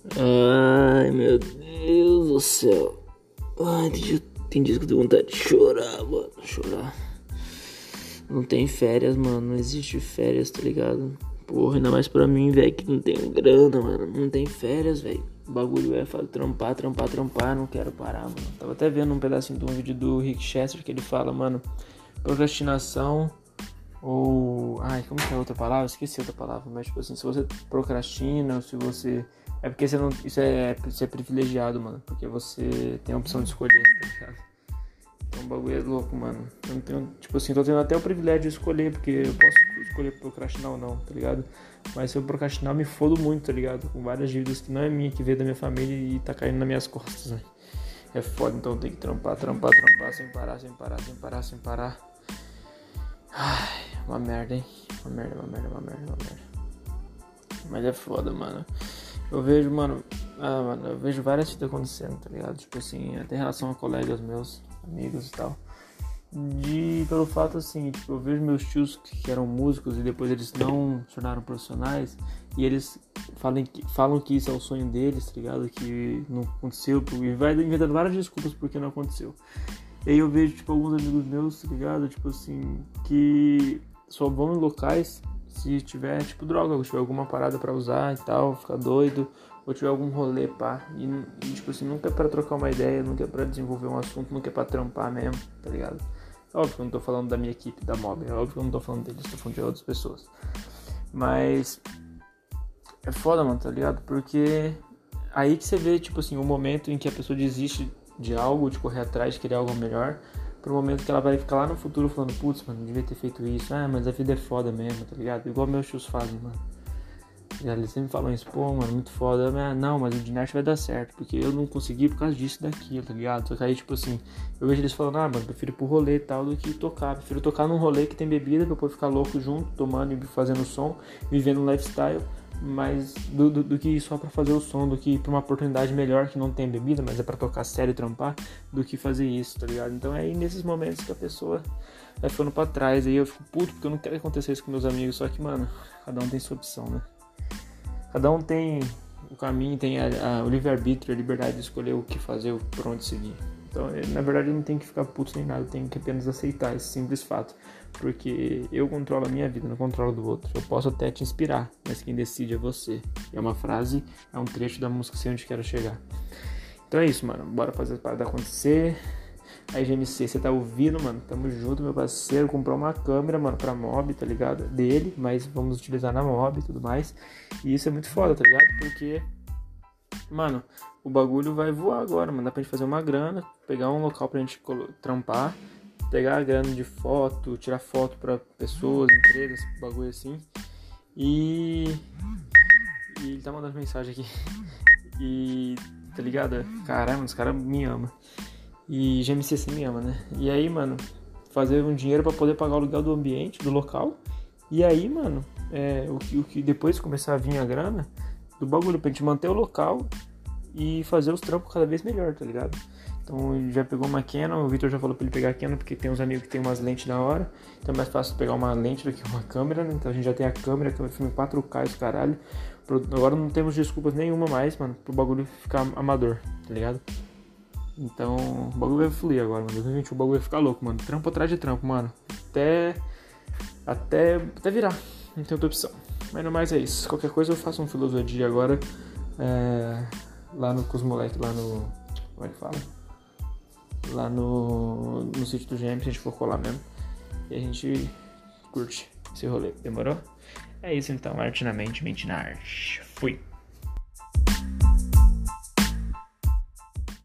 Ai, meu Deus do céu. Ai, tem dias que eu tenho vontade de chorar, mano. Chorar. Não tem férias, mano. Não existe férias, tá ligado? Porra, ainda mais pra mim, velho, que não tenho grana, mano. Não tem férias, velho. O bagulho é trampar. Não quero parar, mano. Tava até vendo um pedacinho de um vídeo do Rick Chester que ele fala, mano, procrastinação ou... Ai, como que é a outra palavra? Esqueci outra palavra. Mas, tipo assim, se você procrastina ou se você... É porque você não... Isso é privilegiado, mano. Porque você tem a opção de escolher, tá ligado? Então o bagulho é louco, mano. Eu não tenho... Tipo assim, tô tendo até o privilégio de escolher. Porque eu posso escolher procrastinar ou não, tá ligado? Mas se eu procrastinar, eu me fodo muito, tá ligado? Com várias dívidas que não é minha, que veio da minha família e tá caindo nas minhas costas, velho. É foda, então tem que trampar, sem parar. Ai, uma merda, hein? Uma merda. Mas é foda, mano. Eu vejo, mano, eu vejo várias coisas acontecendo, tá ligado? Tipo assim, até em relação a colegas meus, amigos e tal. Pelo fato assim, tipo, eu vejo meus tios que eram músicos e depois eles não se tornaram profissionais e eles falam que isso é o sonho deles, tá ligado? Que não aconteceu e vai inventando várias desculpas porque não aconteceu. E aí eu vejo, tipo, alguns amigos meus, tá ligado? Tipo assim, que só vão em locais se tiver, tipo, droga, ou tiver alguma parada pra usar e tal, ficar doido, ou tiver algum rolê, pá. E tipo assim, nunca é pra trocar uma ideia, nunca é pra desenvolver um assunto, nunca é pra trampar mesmo, tá ligado? Óbvio que eu não tô falando da minha equipe, da Mob, é óbvio que eu não tô falando deles, tô falando de outras pessoas. Mas é foda, mano, tá ligado? Porque aí que você vê, tipo assim, o momento em que a pessoa desiste de algo, de correr atrás, de querer algo melhor, pro momento que ela vai ficar lá no futuro falando, putz, mano, devia ter feito isso, mas a vida é foda mesmo, tá ligado? Igual meus tios fazem, mano. Eles sempre falam isso, pô, mano, muito foda. Não, mas o Dinarte vai dar certo, porque eu não consegui por causa disso e daquilo, tá ligado? Só que aí, tipo assim, eu vejo eles falando, mano, prefiro ir pro rolê e tal do que tocar. Prefiro tocar num rolê que tem bebida pra poder ficar louco junto, tomando e fazendo som, vivendo um lifestyle, mas do que ir só pra fazer o som, do que ir pra uma oportunidade melhor que não tem bebida, mas é pra tocar sério e trampar, do que fazer isso, tá ligado? Então é aí nesses momentos que a pessoa vai ficando pra trás, aí eu fico puto porque eu não quero que aconteça isso com meus amigos, só que, mano, cada um tem sua opção, né? Cada um tem o caminho, tem o livre-arbítrio, a liberdade de escolher o que fazer, por onde seguir. Então, na verdade, eu não tenho que ficar puto nem nada, eu tenho que apenas aceitar esse simples fato. Porque eu controlo a minha vida, não controlo do outro. Eu posso até te inspirar, mas quem decide é você. É uma frase, é um trecho da música Sei Onde Quero Chegar. Então é isso, mano. Bora fazer as paradas acontecer. Aí, GMC, você tá ouvindo, mano? Tamo junto, meu parceiro. Comprou uma câmera, mano, pra Mob, tá ligado? Dele, mas vamos utilizar na Mob e tudo mais. E isso é muito foda, tá ligado? Porque, mano, o bagulho vai voar agora, mano. Dá pra gente fazer uma grana, pegar um local pra gente trampar, pegar a grana de foto, tirar foto pra pessoas, empresas, bagulho assim. E ele tá mandando mensagem aqui. E, tá ligado? Caramba, os caras me amam. E GMC me ama, né? E aí, mano, fazer um dinheiro pra poder pagar o aluguel do ambiente, do local. E aí, mano, o que depois começar a vir a grana do bagulho pra gente manter o local e fazer os trampos cada vez melhor, tá ligado? Então ele já pegou uma Canon, o Victor já falou pra ele pegar a Canon porque tem uns amigos que tem umas lentes da hora. Então é mais fácil pegar uma lente do que uma câmera, né? Então a gente já tem a câmera filma em 4K, esse caralho. Agora não temos desculpas nenhuma mais, mano, pro bagulho ficar amador, tá ligado? Então, o bagulho vai fluir agora, mano. 2021 o bagulho vai ficar louco, mano. Trampo atrás de trampo, mano. Até virar. Não tem outra opção. Mas no mais é isso. Qualquer coisa eu faço um filosofia agora. Lá com os moleques, lá no... Como é que fala? Lá no sítio do GM, se a gente for colar mesmo. E a gente curte esse rolê. Demorou? É isso então. Arte na mente, mente na arte. Fui.